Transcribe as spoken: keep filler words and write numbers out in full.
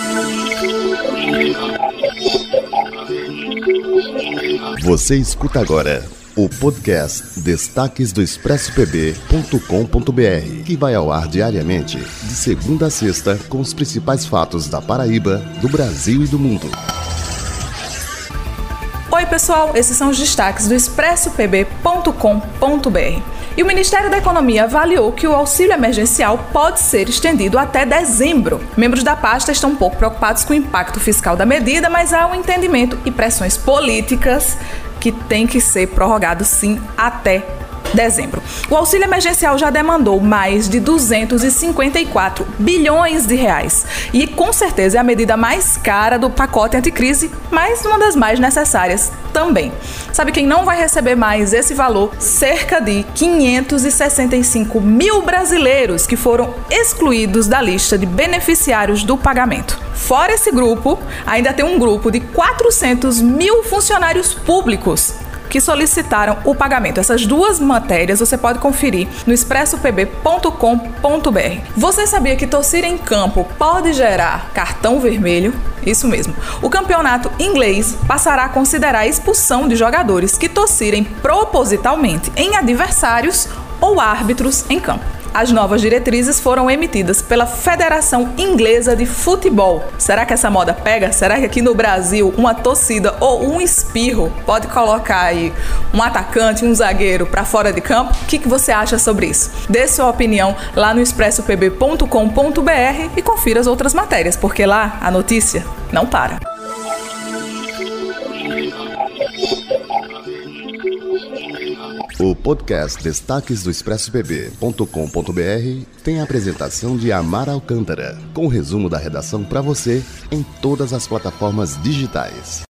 Você escuta agora o podcast Destaques do Expresso P B ponto com ponto B R, que vai ao ar diariamente, de segunda a sexta, com os principais fatos da Paraíba, do Brasil e do mundo. Oi pessoal, esses são os destaques do Expresso P B ponto com ponto B R. E o Ministério da Economia avaliou que o auxílio emergencial pode ser estendido até dezembro. Membros da pasta estão um pouco preocupados com o impacto fiscal da medida, mas há um entendimento e pressões políticas que tem que ser prorrogado sim até dezembro. O auxílio emergencial já demandou mais de duzentos e cinquenta e quatro bilhões de reais e com certeza é a medida mais cara do pacote anticrise, mas uma das mais necessárias também. Sabe quem não vai receber mais esse valor? Cerca de quinhentos e sessenta e cinco mil brasileiros que foram excluídos da lista de beneficiários do pagamento. Fora esse grupo, ainda tem um grupo de quatrocentos mil funcionários públicos que solicitaram o pagamento. Essas duas matérias você pode conferir no expresso p b ponto com ponto b r. Você sabia que tossir em campo pode gerar cartão vermelho? Isso mesmo. O campeonato inglês passará a considerar a expulsão de jogadores que tossirem propositalmente em adversários ou árbitros em campo. As novas diretrizes foram emitidas pela Federação Inglesa de Futebol. Será que essa moda pega? Será que aqui no Brasil uma tossida ou um espirro pode colocar aí um atacante, um zagueiro para fora de campo? O que, que você acha sobre isso? Dê sua opinião lá no expresso p b ponto com ponto b r e confira as outras matérias, porque lá a notícia não para. O podcast Destaques do Expresso P B ponto com ponto B R tem a apresentação de Amara Alcântara, com o resumo da redação para você em todas as plataformas digitais.